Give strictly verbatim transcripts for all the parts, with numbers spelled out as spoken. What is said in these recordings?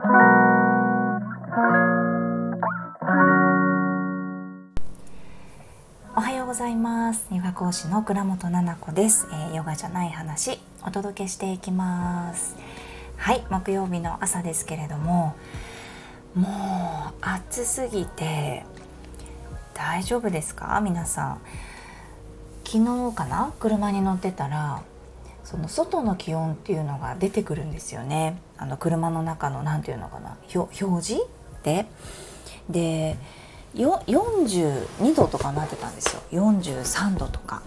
おはようございます。ヨガ講師の倉本々子です、えー、ヨガじゃない話お届けしていきます。はい、木曜日の朝ですけれども、もう暑すぎて大丈夫ですか皆さん。昨日かな、車に乗ってたらその外の気温っていうのが出てくるんですよね。あの車の中のなんていうのかな、表示ででよよんじゅうにどとかなってたんですよ。よんじゅうさんどとか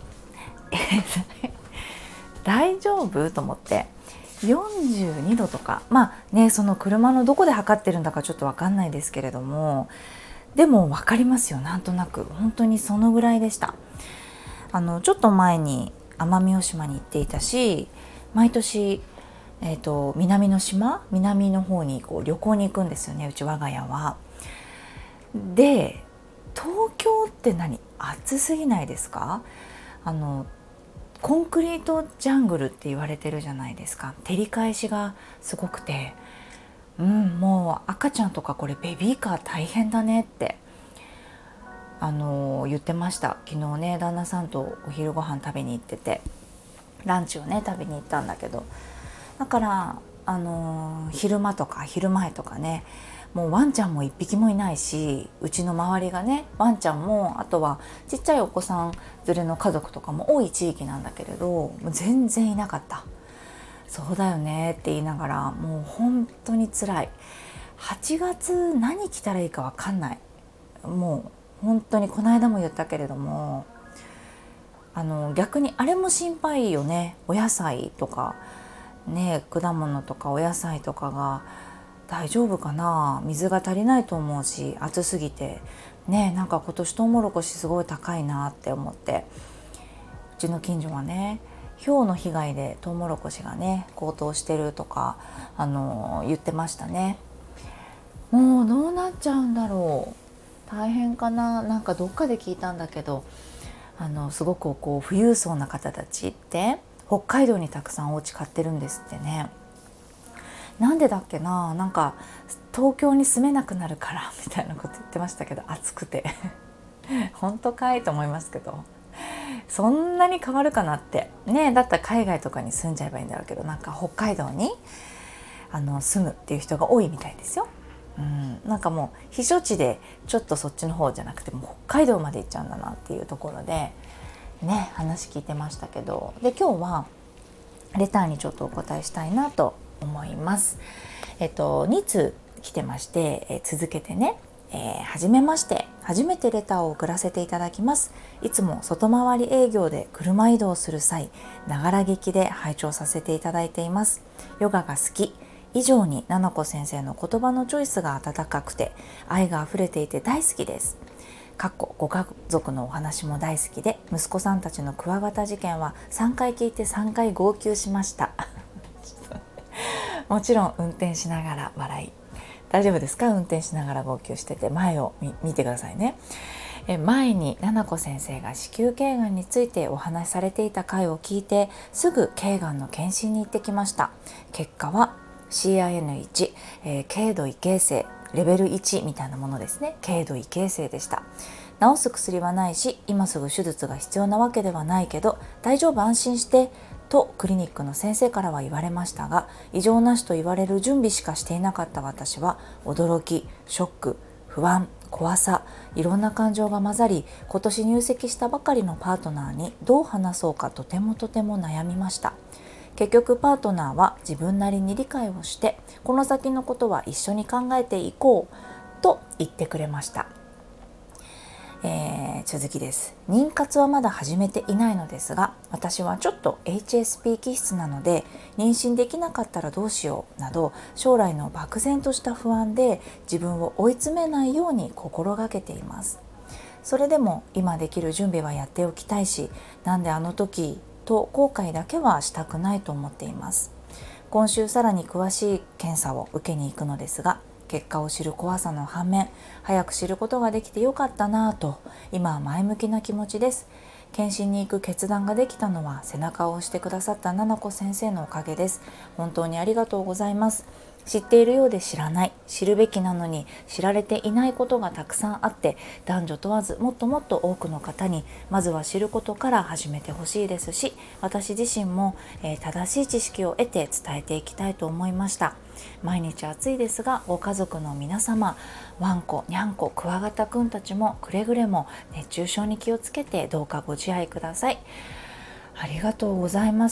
大丈夫と思って、よんじゅうにどとか、まあね、その車のどこで測ってるんだかちょっと分かんないですけれども、でも分かりますよ、なんとなく。本当にそのぐらいでした。あのちょっと前に奄美大島に行っていたし、毎年、えーと、南の島南の方にこう旅行に行くんですよね、うち我が家は。で、東京って何、暑すぎないですか？あのコンクリートジャングルって言われてるじゃないですか。照り返しがすごくて、うん、もう赤ちゃんとかこれベビーカー大変だねってあの言ってました。昨日ね、旦那さんとお昼ご飯食べに行ってて、ランチをね食べに行ったんだけど、だからあの昼間とか昼前とかね、もうワンちゃんも一匹もいないし、うちの周りがねワンちゃんも、あとはちっちゃいお子さん連れの家族とかも多い地域なんだけれど、もう全然いなかった。そうだよねって言いながら、もう本当に辛い。はちがつ何着たらいいか分かんない。もう本当にこの間も言ったけれども、あの逆にあれも心配よね。お野菜とかね、果物とかお野菜とかが大丈夫かな。水が足りないと思うし、暑すぎてね、なんか今年トウモロコシすごい高いなって思って、うちの近所はね、雹の被害でトウモロコシがね高騰してるとかあの言ってましたね。もうどうなっちゃうんだろう、大変かな。なんかどっかで聞いたんだけど、あのすごくこう富裕層な方たちって北海道にたくさんお家買ってるんですってね。なんでだっけな、なんか東京に住めなくなるからみたいなこと言ってましたけど、暑くて本当かいと思いますけど、そんなに変わるかなってね。だったら海外とかに住んじゃえばいいんだろうけど、なんか北海道にあの住むっていう人が多いみたいですよ。うん、なんかもう避暑地でちょっとそっちの方じゃなくて、もう北海道まで行っちゃうんだなっていうところでね、話聞いてましたけど、で今日はレターにちょっとお答えしたいなと思います。えっとに通来てまして、え続けてね、えー、はじめまして、初めてレターを送らせていただきます。いつも外回り営業で車移動する際、ながら聞きで拝聴させていただいています。ヨガが好き以上にななこ先生の言葉のチョイスが温かくて愛があふれていて大好きです。かっこご家族のお話も大好きで、息子さんたちのクワガタ事件はさんかい聞いてさんかい号泣しましたもちろん運転しながら笑い。大丈夫ですか？運転しながら号泣してて、前を 見, 見てくださいね。え前にななこ先生が子宮頸がんについてお話しされていた回を聞いて、すぐ頸がんの検診に行ってきました。結果は シーアイエヌワン、えー、軽度異形成レベルいちみたいなものですね。軽度異形成でした。治す薬はないし、今すぐ手術が必要なわけではないけど大丈夫、安心してとクリニックの先生からは言われましたが、異常なしと言われる準備しかしていなかった私は、驚き、ショック、不安、怖さ、いろんな感情が混ざり、今年入籍したばかりのパートナーにどう話そうかとてもとても悩みました。結局パートナーは自分なりに理解をして、この先のことは一緒に考えていこうと言ってくれました。えー、続きです。妊活はまだ始めていないのですが、私はちょっと エイチエスピー 気質なので、妊娠できなかったらどうしようなど、将来の漠然とした不安で自分を追い詰めないように心がけています。それでも今できる準備はやっておきたいし、なんであの時と後悔だけはしたくないと思っています。今週さらに詳しい検査を受けに行くのですが、結果を知る怖さの反面、早く知ることができてよかったなぁと今は前向きな気持ちです。検診に行く決断ができたのは背中を押してくださったななこ先生のおかげです。本当にありがとうございます。 知っているようで知らない、知るべきなのに知られていないことがたくさんあって、男女問わずもっともっと多くの方にまずは知ることから始めてほしいですし、私自身も、えー、正しい知識を得て伝えていきたいと思いました。毎日暑いですが、ご家族の皆様、ワンコ、ニャンコ、クワガタくんたちもくれぐれも熱中症に気をつけてどうかご自愛ください。ありがとうございます。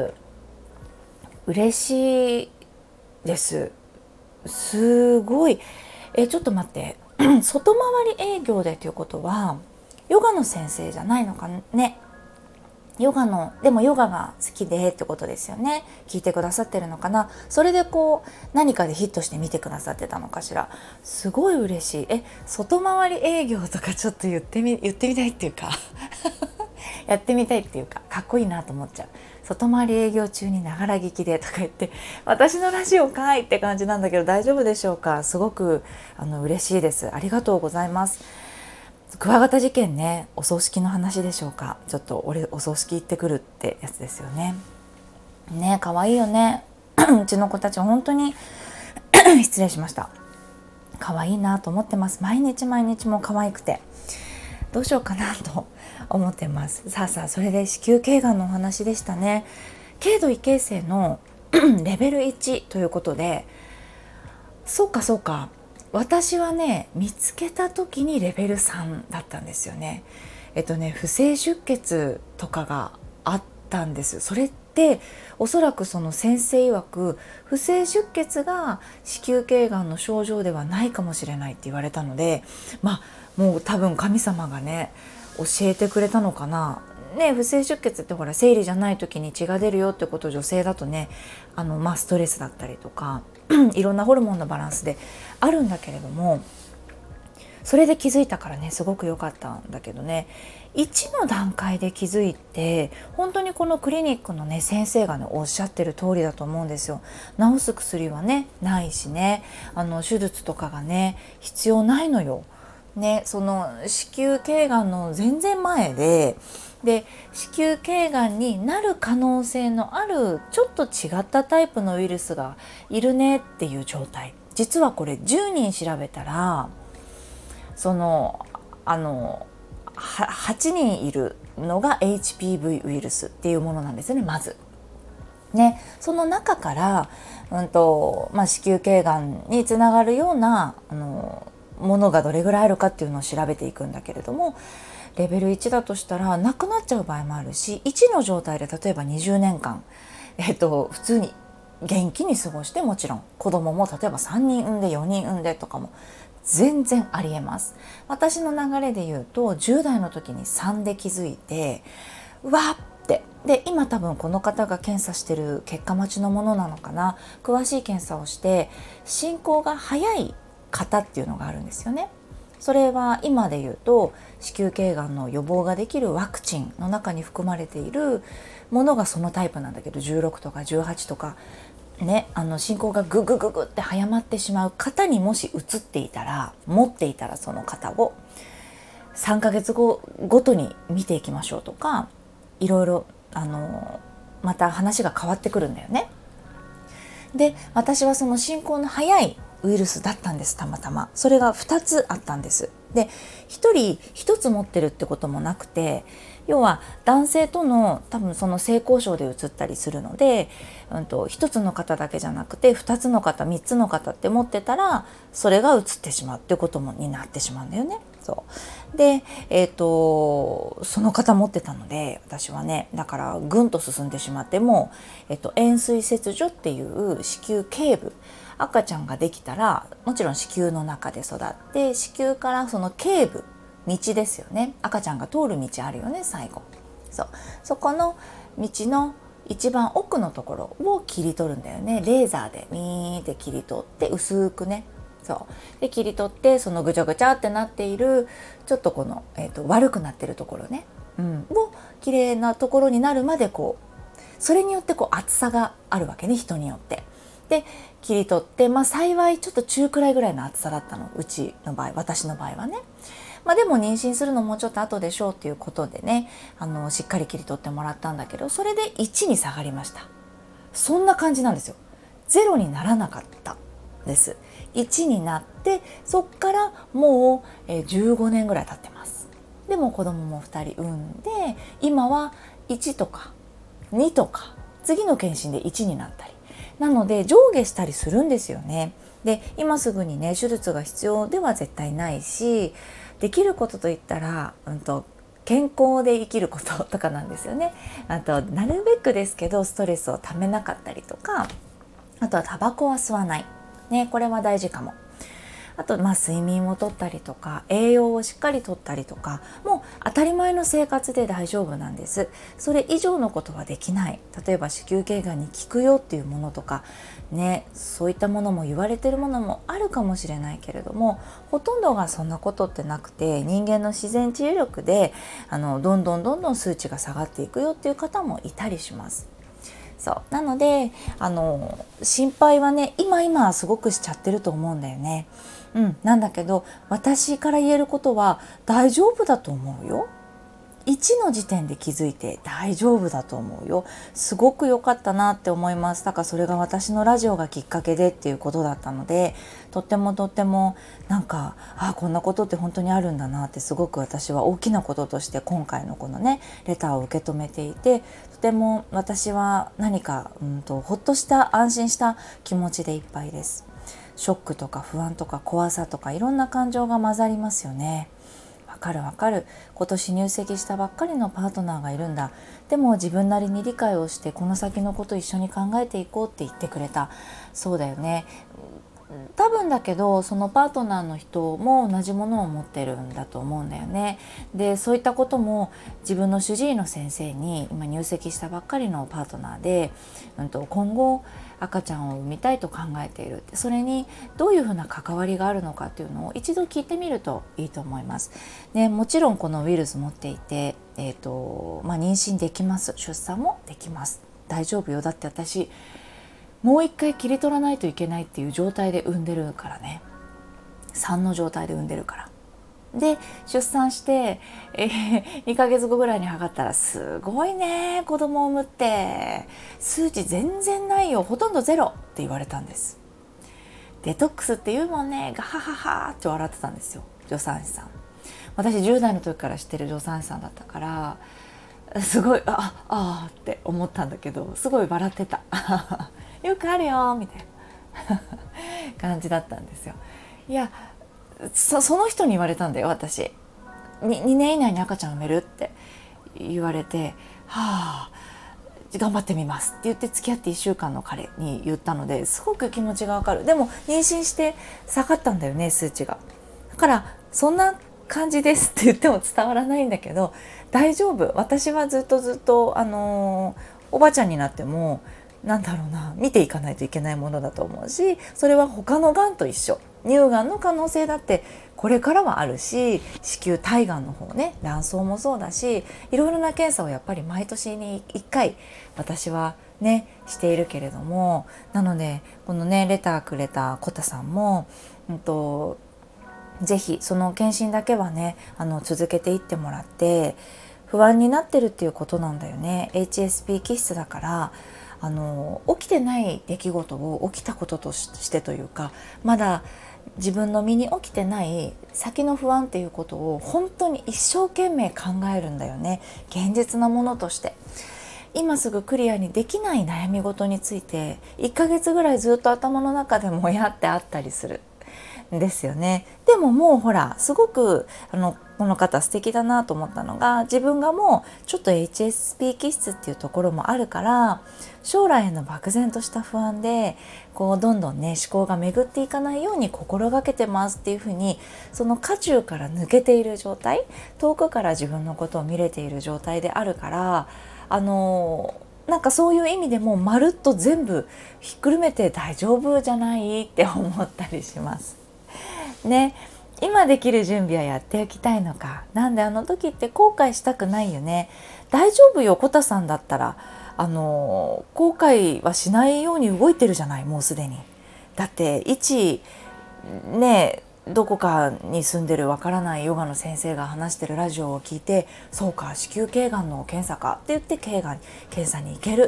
嬉しいです。すごい。えちょっと待って、外回り営業でということはヨガの先生じゃないのかね。ヨガのでもヨガが好きでってことですよね。聞いてくださってるのかな。それでこう何かでヒットして見てくださってたのかしら。すごい嬉しい。え外回り営業とかちょっと言ってみ言ってみたいっていうかやってみたいっていうか、かっこいいなと思っちゃう。外回り営業中にながら聞きでとか言って、私のラジオかいって感じなんだけど、大丈夫でしょうか。すごくあの嬉しいです。ありがとうございます。クワガタ事件ね、お葬式の話でしょうか。ちょっと俺お葬式行ってくるってやつですよね。ね、可愛いよねうちの子たち本当に失礼しました。可愛いなと思ってます。毎日毎日も可愛くてどうしようかなと思ってます。さあさあ、それで子宮頸がんのお話でしたね。軽度異形成のレベルいちということで、そうかそうか、私はね見つけた時にレベルさんだったんですよね。えっとね不正出血とかがあったんです。それっておそらくその先生曰く不正出血が子宮頸がんの症状ではないかもしれないって言われたので、まあもう多分神様がね教えてくれたのかな。ね、不正出血ってほら生理じゃない時に血が出るよってこと、女性だとねあの、まあ、ストレスだったりとかいろんなホルモンのバランスであるんだけれども、それで気づいたからねすごく良かったんだけどね、いちの段階で気づいて本当にこのクリニックのね先生がねおっしゃってる通りだと思うんですよ。治す薬はねないしね、あの手術とかがね必要ないのよ。ね、その子宮頸がんの全然前でで子宮頸がんになる可能性のあるちょっと違ったタイプのウイルスがいるねっていう状態。実はこれじゅうにん調べたらそのあのはちにんいるのが エイチピーブイ ウイルスっていうものなんですね。まずね、その中から、うんとまあ、子宮頸がんにつながるようなあのものがどれぐらいあるかっていうのを調べていくんだけれども、レベルいちだとしたらなくなっちゃう場合もあるし、いちの状態で例えばにじゅうねんかん、えっと、普通に元気に過ごして、もちろん子供も例えばさんにん産んでよにん産んでとかも全然ありえます。私の流れで言うとじゅう代の時にさんで気づいて、うわってで今多分この方が検査してる結果待ちのものなのかな、詳しい検査をして進行が早い方っていうのがあるんですよね。それは今で言うと子宮頸がんの予防ができるワクチンの中に含まれているものがそのタイプなんだけど、じゅうろくとかじゅうはちとかね、あの進行がググググって早まってしまう方にもし移っていたら、持っていたらその方をさんかげつごごとに見ていきましょうとか、いろいろあのまた話が変わってくるんだよね。で私はその進行の早いウイルスだったんです。たまたまそれがふたつあったんです。でひとりひとつ持ってるってこともなくて、要は男性との多分その性交渉で移ったりするので、うんと、ひとつの方だけじゃなくてふたつの方みっつの方って持ってたらそれが移ってしまうってこともになってしまうんだよね。そうで、えーと、その方持ってたので私はね、だからぐんと進んでしまっても、えーと、円錐切除っていう子宮頸部、赤ちゃんができたらもちろん子宮の中で育って子宮からその頸部、道ですよね、赤ちゃんが通る道あるよね最後。そうそこの道の一番奥のところを切り取るんだよね。レーザーでミーって切り取って薄くね、そうで切り取って、そのぐちゃぐちゃってなっているちょっとこの、えーと、悪くなってるところね、うん、を綺麗なところになるまでこう、それによってこう厚さがあるわけね、人によって。で切り取って、まあ幸いちょっと中くらいぐらいの厚さだったの、うちの場合、私の場合はね。まあでも妊娠するのもうちょっと後でしょうっていうことでね、あのしっかり切り取ってもらったんだけど、それでいちに下がりました。そんな感じなんですよ。ゼロにならなかった。 です。いちになってそっからもうじゅうごねんぐらい経ってます。でも子供もふたり産んで、今はいちとかにとか次の検診でいちになったり、なので上下したりするんですよね。で今すぐにね手術が必要では絶対ないし、できることといったら、うんと健康で生きることとかなんですよね。あとなるべくですけどストレスをためなかったりとか、あとはタバコは吸わない、ね、これは大事かも。あとまあ睡眠をとったりとか栄養をしっかりとったりとか、もう当たり前の生活で大丈夫なんです。それ以上のことはできない。例えば子宮頸がんに効くよっていうものとかね、そういったものも言われてるものもあるかもしれないけれども、ほとんどがそんなことってなくて、人間の自然治癒力であのどんどんどんどん数値が下がっていくよっていう方もいたりします。そうなのであの心配はね今今すごくしちゃってると思うんだよね。うん、なんだけど私から言えることは大丈夫だと思うよ。いちの時点で気づいて大丈夫だと思うよ。すごく良かったなって思います。だからそれが私のラジオがきっかけでっていうことだったので、とってもとってもなんかあこんなことって本当にあるんだなって、すごく私は大きなこととして今回のこのねレターを受け止めていて、とても私は何かうんとほっとした安心した気持ちでいっぱいです。ショックとか不安とか怖さとかいろんな感情が混ざりますよね。わかるわかる。今年入籍したばっかりのパートナーがいるんだ。でも自分なりに理解をしてこの先のこと一緒に考えていこうって言ってくれた。そうだよね。多分だけどそのパートナーの人も同じものを持ってるんだと思うんだよね。でそういったことも自分の主治医の先生に今入籍したばっかりのパートナーで、うん、と今後赤ちゃんを産みたいと考えている、それにどういうふうな関わりがあるのかっていうのを一度聞いてみるといいと思います。ね、もちろんこのウイルス持っていて、えーとまあ、妊娠できます、出産もできます、大丈夫よ。だって私もう一回切り取らないといけないっていう状態で産んでるからね。さんの状態で産んでるから。で出産して、えー、にかげつごぐらいに測ったらすごいね子供を産むって数値全然ないよ、ほとんどゼロって言われたんです。デトックスって言うもんね、ガハハハって笑ってたんですよ、助産師さん。私じゅう代の時から知ってる助産師さんだったからすごいああって思ったんだけど、すごい笑ってたよくあるよみたいな感じだったんですよ。いや そ, その人に言われたんだよ、私 に, にねん以内に赤ちゃん産めるって言われて、はあ頑張ってみますって言って付き合っていっしゅうかんの彼に言ったので、すごく気持ちがわかる。でも妊娠して下がったんだよね、数値が。だからそんな感じですって言っても伝わらないんだけど大丈夫。私はずっとずっとあのー、おばあちゃんになってもなんだろうな、見ていかないといけないものだと思うし、それは他のがんと一緒、乳がんの可能性だってこれからはあるし、子宮体がんの方ね、卵巣もそうだし、いろいろな検査をやっぱり毎年にいっかい私はねしているけれども、なのでこのねレターくれたコタさんも、うんとぜひその検診だけはねあの続けていってもらって、不安になってるっていうことなんだよね。 エイチエスピー 気質だから、あの起きてない出来事を起きたこととしてというか、まだ自分の身に起きてない先の不安っていうことを本当に一生懸命考えるんだよね、現実なものとして。今すぐクリアにできない悩み事についていっかげつぐらいずっと頭の中でもやってあったりするですよね。でももうほらすごくあのこの方素敵だなと思ったのが、自分がもうちょっと エイチエスピー 気質っていうところもあるから、将来への漠然とした不安でこうどんどんね思考が巡っていかないように心がけてますっていうふうに、その渦中から抜けている状態、遠くから自分のことを見れている状態であるから、あのなんかそういう意味でもまるっと全部ひっくるめて大丈夫じゃないって思ったりしますね。今できる準備はやっておきたいのか。なんであの時って後悔したくないよね。大丈夫よ、コタさんだったらあの後悔はしないように動いてるじゃない、もうすでに。だって一ねどこかに住んでるわからないヨガの先生が話してるラジオを聞いて、そうか子宮頸がんの検査かって言って頸がん検査に行ける。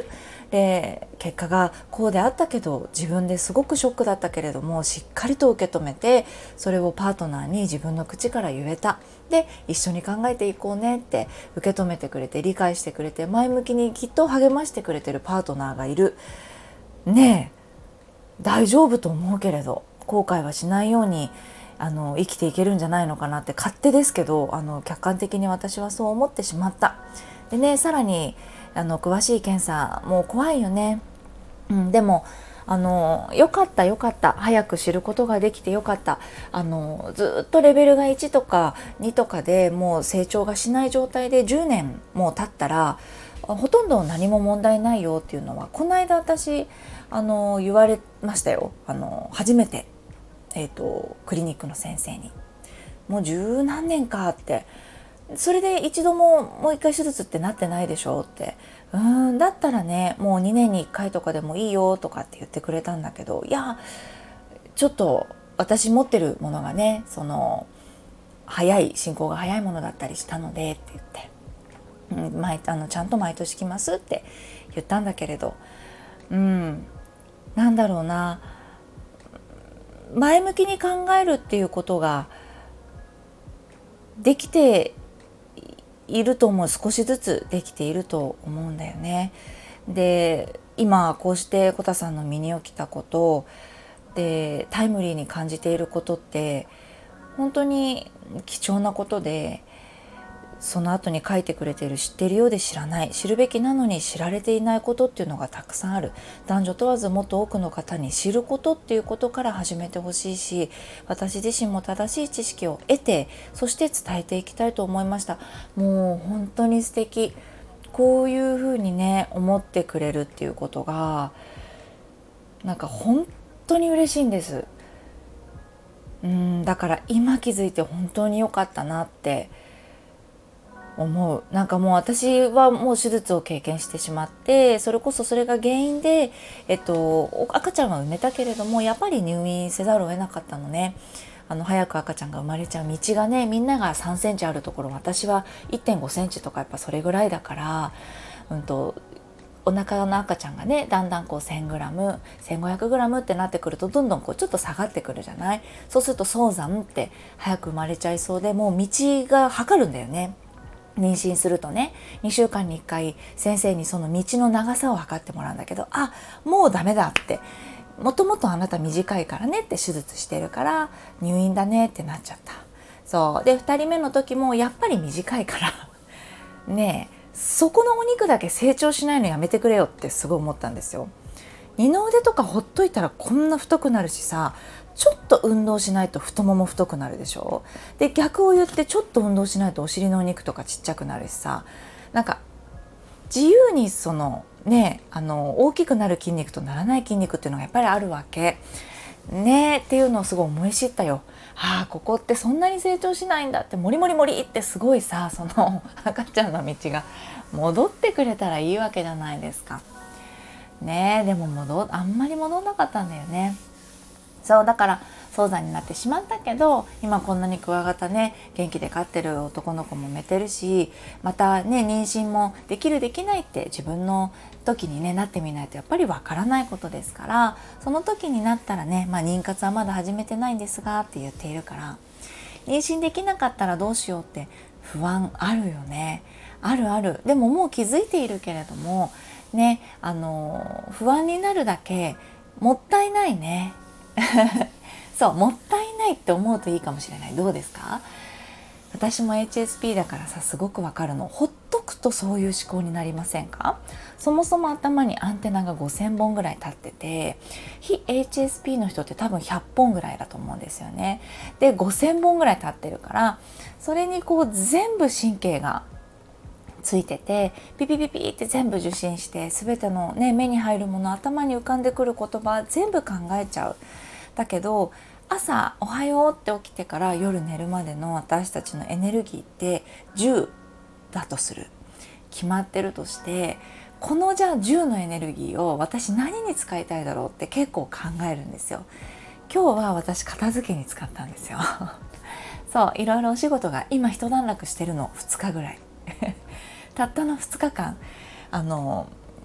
で結果がこうであったけど自分ですごくショックだったけれどもしっかりと受け止めてそれをパートナーに自分の口から言えた。で一緒に考えていこうねって受け止めてくれて理解してくれて前向きにきっと励ましてくれてるパートナーがいるねえ大丈夫と思うけれど後悔はしないようにあの生きていけるんじゃないのかなって勝手ですけどあの客観的に私はそう思ってしまった。でねさらにあの詳しい検査もう怖いよね、うん、でもあのよかったよかった早く知ることができてよかった。あのずっとレベルがいちとかにとかでもう成長がしない状態でじゅうねんもう経ったらほとんど何も問題ないよっていうのはこの間私あの言われましたよ。あの初めて、えーと、クリニックの先生にもう十何年かってそれで一度ももう一回手術ってなってないでしょって、うーんだったらねもうにねんにいっかいとかでもいいよとかって言ってくれたんだけど、いやちょっと私持ってるものがねその早い進行が早いものだったりしたのでって言って、うん、毎あのちゃんと毎年来ますって言ったんだけれど、うんなんだろうな前向きに考えるっていうことができていると思う。少しずつできていると思うんだよね。で今こうしてコタさんの身に起きたことでタイムリーに感じていることって本当に貴重なことで、その後に書いてくれている知っているようで知らない知るべきなのに知られていないことっていうのがたくさんある。男女問わずもっと多くの方に知ることっていうことから始めてほしいし、私自身も正しい知識を得てそして伝えていきたいと思いました。もう本当に素敵。こういうふうにね思ってくれるっていうことがなんか本当に嬉しいんです。うんだから今気づいて本当に良かったなって思う。なんかもう私はもう手術を経験してしまってそれこそそれが原因で、えっと、赤ちゃんは産めたけれどもやっぱり入院せざるを得なかったのね。あの早く赤ちゃんが生まれちゃう道がねみんながさんセンチあるところ私はいってんごセンチとかやっぱそれぐらいだから、うんとお腹の赤ちゃんがねだんだんこう せんグラム、せんごひゃくグラムってなってくるとどんどんこうちょっと下がってくるじゃない。そうすると早産って早く生まれちゃいそうでもう道が測るんだよね。妊娠するとねにしゅうかんにいっかい先生にその道の長さを測ってもらうんだけど、あもうダメだってもともとあなた短いからねって手術してるから入院だねってなっちゃった。そうでふたりめの時もやっぱり短いからねえそこのお肉だけ成長しないのやめてくれよってすごい思ったんですよ。二の腕とかほっといたらこんな太くなるしさ、ちょっと運動しないと太もも太くなるでしょ。で逆を言ってちょっと運動しないとお尻のお肉とかちっちゃくなるしさ、なんか自由にそのねあの大きくなる筋肉とならない筋肉っていうのがやっぱりあるわけねっていうのをすごい思い知ったよ。はあここってそんなに成長しないんだってモリモリモリってすごいさその赤ちゃんの道が戻ってくれたらいいわけじゃないですかね。でも戻あんまり戻んなかったんだよね。そうだから早産になってしまったけど今こんなにクワガタね元気で飼ってる男の子もめてるし、またね妊娠もできるできないって自分の時にねなってみないとやっぱりわからないことですから、その時になったらね、まあ、妊活はまだ始めてないんですがって言っているから、妊娠できなかったらどうしようって不安あるよね。あるある。でももう気づいているけれどもね、あの不安になるだけもったいないねそうもったいないって思うといいかもしれない。どうですか？私も エイチエスピー だからさすごくわかるの。ほっとくとそういう思考になりませんか？そもそも頭にアンテナがごせんぼんぐらい立ってて、非 エイチエスピー の人って多分ひゃっぽんぐらいだと思うんですよね。でごせんぼんぐらい立ってるから、それにこう全部神経がついててピピピピって全部受信して全ての、ね、目に入るもの頭に浮かんでくる言葉全部考えちゃう。だけど朝おはようって起きてから夜寝るまでの私たちのエネルギーってじゅうだとする。決まってるとして、このじゃあじゅうのエネルギーを私何に使いたいだろうって結構考えるんですよ。今日は私片付けに使ったんですよそういろいろお仕事が今一段落してるのふつかぐらいたったのふつかかんあの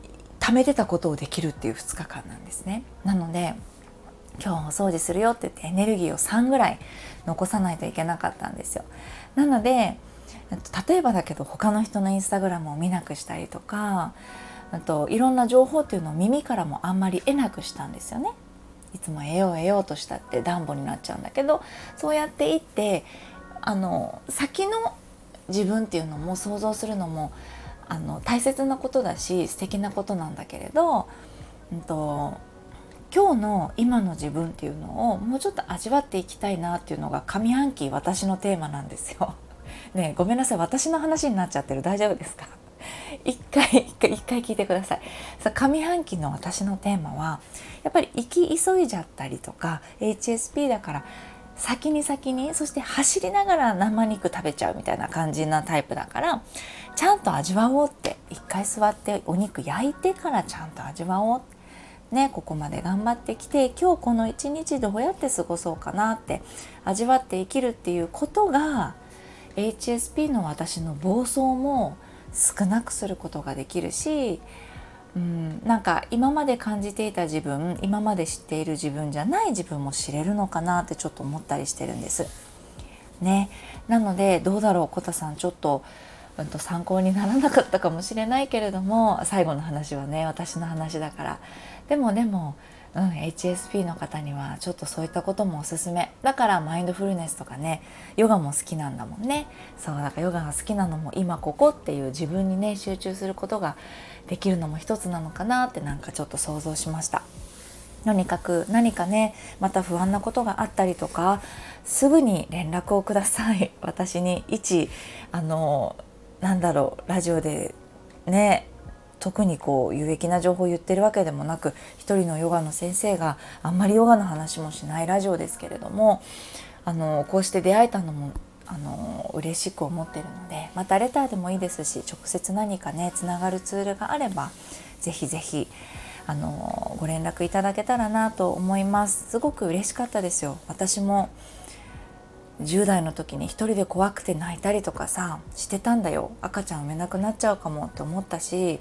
貯めてたことをできるっていうふつかかんなんですね。なので今日お掃除するよって言ってエネルギーをさんぐらい残さないといけなかったんですよ。なので例えばだけど他の人のインスタグラムを見なくしたりとか、あといろんな情報っていうのを耳からもあんまり得なくしたんですよね。いつも得よう得ようとしたって暖房になっちゃうんだけど、そうやっていってあの先の自分っていうのも想像するのもあの大切なことだし素敵なことなんだけれど、うんと今日の今の自分っていうのをもうちょっと味わっていきたいなっていうのが上半期私のテーマなんですよ。ねえごめんなさい、私の話になっちゃってる、大丈夫ですか？一回一回一回聞いてください。さあ上半期の私のテーマはやっぱり生き急いじゃったりとか エイチエスピー だから先に先に、そして走りながら生肉食べちゃうみたいな感じなタイプだから、ちゃんと味わおうって、一回座ってお肉焼いてからちゃんと味わおうね、ここまで頑張ってきて今日この一日どうやって過ごそうかなって味わって生きるっていうことが エイチエスピー の私の暴走も少なくすることができるし、うん、なんか今まで感じていた自分、今まで知っている自分じゃない自分も知れるのかなってちょっと思ったりしてるんですね。なのでどうだろう、コタさんちょっと、うん、と参考にならなかったかもしれないけれども、最後の話はね私の話だから、でもでも、うん、エイチエスピー の方にはちょっとそういったこともおすすめだから、マインドフルネスとかね、ヨガも好きなんだもんね。そうだからヨガが好きなのも今ここっていう自分にね集中することができるのも一つなのかなって、なんかちょっと想像しました。とにかく何かねまた不安なことがあったりとか、すぐに連絡をください。私に一あのなんだろうラジオでね特にこう有益な情報を言ってるわけでもなく、一人のヨガの先生があんまりヨガの話もしないラジオですけれども、あのこうして出会えたのもあの嬉しく思ってるので、またレターでもいいですし、直接何かねつながるツールがあればぜひぜひあのご連絡いただけたらなと思います。すごく嬉しかったですよ。私もじゅう代の時に一人で怖くて泣いたりとかさしてたんだよ。赤ちゃん産めなくなっちゃうかもって思ったし、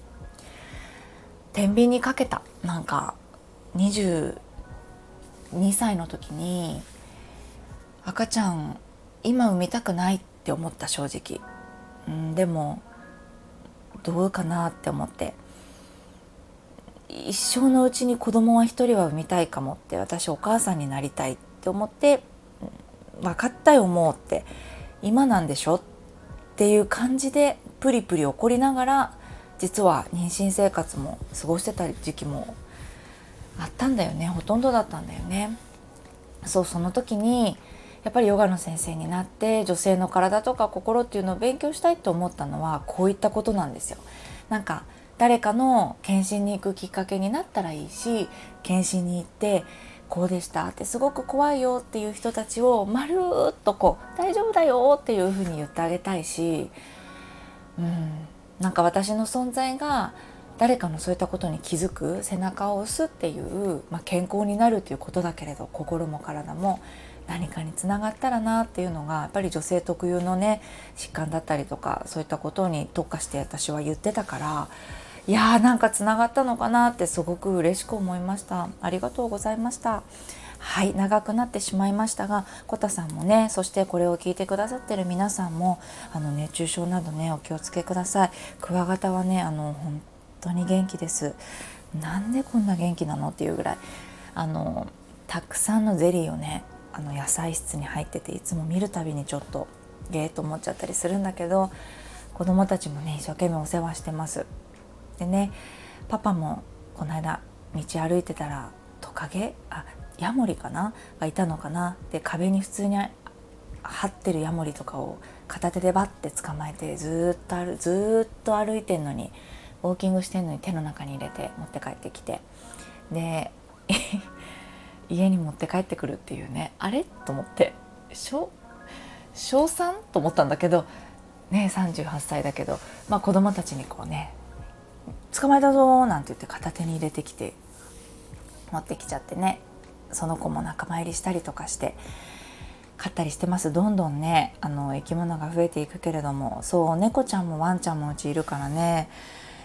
天秤にかけた。なんかにじゅうにさいの時に赤ちゃん今産みたくないって思った、正直、うん、でもどうかなって思って、一生のうちに子供は一人は産みたいかもって、私お母さんになりたいって思って、分かったよもうって、今なんでしょっていう感じでプリプリ怒りながら、実は妊娠生活も過ごしてた時期もあったんだよね。ほとんどだったんだよね。そう、その時にやっぱりヨガの先生になって女性の体とか心っていうのを勉強したいと思ったのはこういったことなんですよ。なんか誰かの検診に行くきっかけになったらいいし、検診に行ってこうでしたってすごく怖いよっていう人たちをまるっとこう大丈夫だよっていうふうに言ってあげたいし、うん、なんか私の存在が誰かのそういったことに気づく背中を押すっていう、まあ、健康になるっていうことだけれど、心も体も何かにつながったらなっていうのがやっぱり女性特有のね疾患だったりとか、そういったことに特化して私は言ってたから、いやーなんかつながったのかなってすごく嬉しく思いました。ありがとうございました。はい、長くなってしまいましたが、コタさんもね、そしてこれを聞いてくださってる皆さんもあの熱中症などねお気をつけください。クワガタはねあの本当に元気です。なんでこんな元気なのっていうぐらいあのたくさんのゼリーをねあの野菜室に入ってて、いつも見るたびにちょっとゲーと思っちゃったりするんだけど、子供たちもね一生懸命お世話してます。でね、パパもこの間道歩いてたらトカゲあヤモリかながいたのかな、で壁に普通に張ってるヤモリとかを片手でバッて捕まえて、ずっと歩ずっと歩いてんのにウォーキングしてんのに手の中に入れて持って帰ってきて、で家に持って帰ってくるっていうね、あれと思って、小小さんと思ったんだけどね、さんじゅうはっさいだけど、まあ子供たちにこうね捕まえたぞなんて言って片手に入れてきて持ってきちゃってね、その子も仲間入りしたりとかして飼ったりしてます。どんどんねあの生き物が増えていくけれども、そう猫ちゃんもワンちゃんもうちいるからね、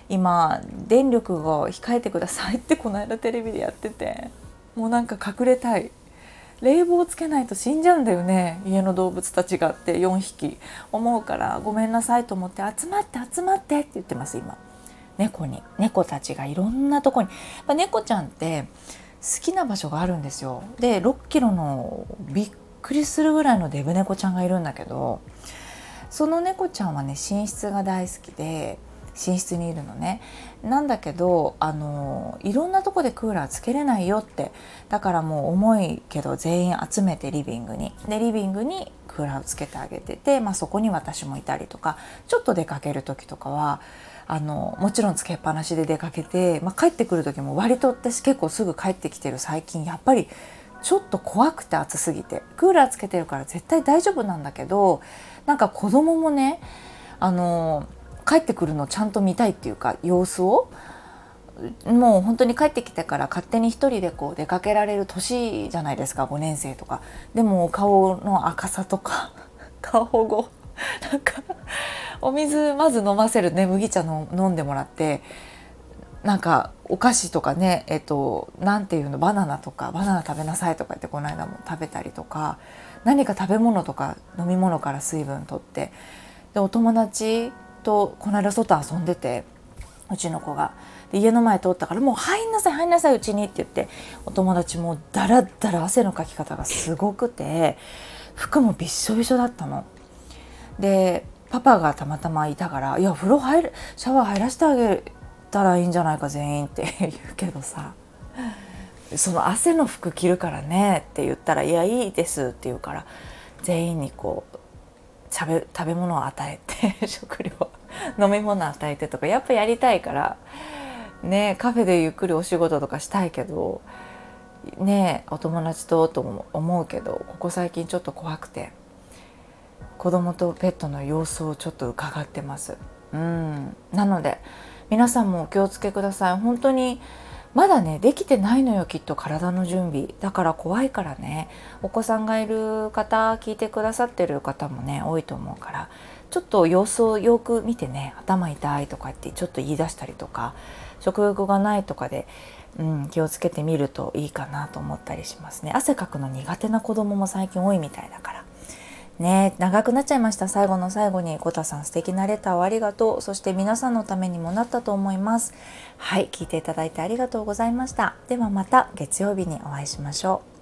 今電力が控えてくださいってこの間テレビでやってて、もうなんか隠れたい。冷房つけないと死んじゃうんだよね、家の動物たちがってよんひき思うから、ごめんなさいと思って集まって集まってって言ってます今。猫に猫たちがいろんなとこに、猫ちゃんって好きな場所があるんですよ。でろっキロのびっくりするぐらいのデブ猫ちゃんがいるんだけど、その猫ちゃんはね寝室が大好きで寝室にいるのね。なんだけどあのいろんなとこでクーラーつけれないよって、だからもう重いけど全員集めてリビングにでリビングにクーラーをつけてあげてて、まあ、そこに私もいたりとか、ちょっと出かける時とかはあのもちろんつけっぱなしで出かけて、まあ、帰ってくる時も割と私結構すぐ帰ってきてる最近。やっぱりちょっと怖くて暑すぎて、クーラーつけてるから絶対大丈夫なんだけど、なんか子供もねあの帰ってくるのちゃんと見たいっていうか、様子をもう本当に帰ってきてから勝手に一人でこう出かけられる年じゃないですか、ごねん生とか。でも顔の赤さとか顔後なんかお水まず飲ませるね、麦茶の飲んでもらって、なんかお菓子とかね、えっとなんていうの、バナナとかバナナ食べなさいとか言ってこの間も食べたりとか、何か食べ物とか飲み物から水分取って、でお友達とこの間外遊んでて、うちの子がで家の前通ったから、もう入んなさい入んなさいうちにって言って、お友達もダラダラ汗のかき方がすごくて、服もびっしょびしょだったの。でパパがたまたまいたから、いや風呂入るシャワー入らせてあげたらいいんじゃないか全員って言うけどさ、その汗の服着るからねって言ったら、いやいいですって言うから、全員にこう食べ、食べ物を与えて食料飲み物与えてとか、やっぱやりたいからね。カフェでゆっくりお仕事とかしたいけどね、お友達ととも思うけど、ここ最近ちょっと怖くて子供とペットの様子をちょっと伺ってます。うんなので皆さんもお気をつけください。本当にまだねできてないのよ、きっと体の準備だから怖いからね。お子さんがいる方、聞いてくださってる方もね多いと思うから、ちょっと様子をよく見てね、頭痛いとかってちょっと言い出したりとか、食欲がないとかで、うん、気をつけてみるといいかなと思ったりしますね。汗かくの苦手な子供も最近多いみたいだからね。長くなっちゃいました。最後の最後にコタさん素敵なレターをありがとう。そして皆さんのためにもなったと思います。はい、聞いていただいてありがとうございました。ではまた月曜日にお会いしましょう。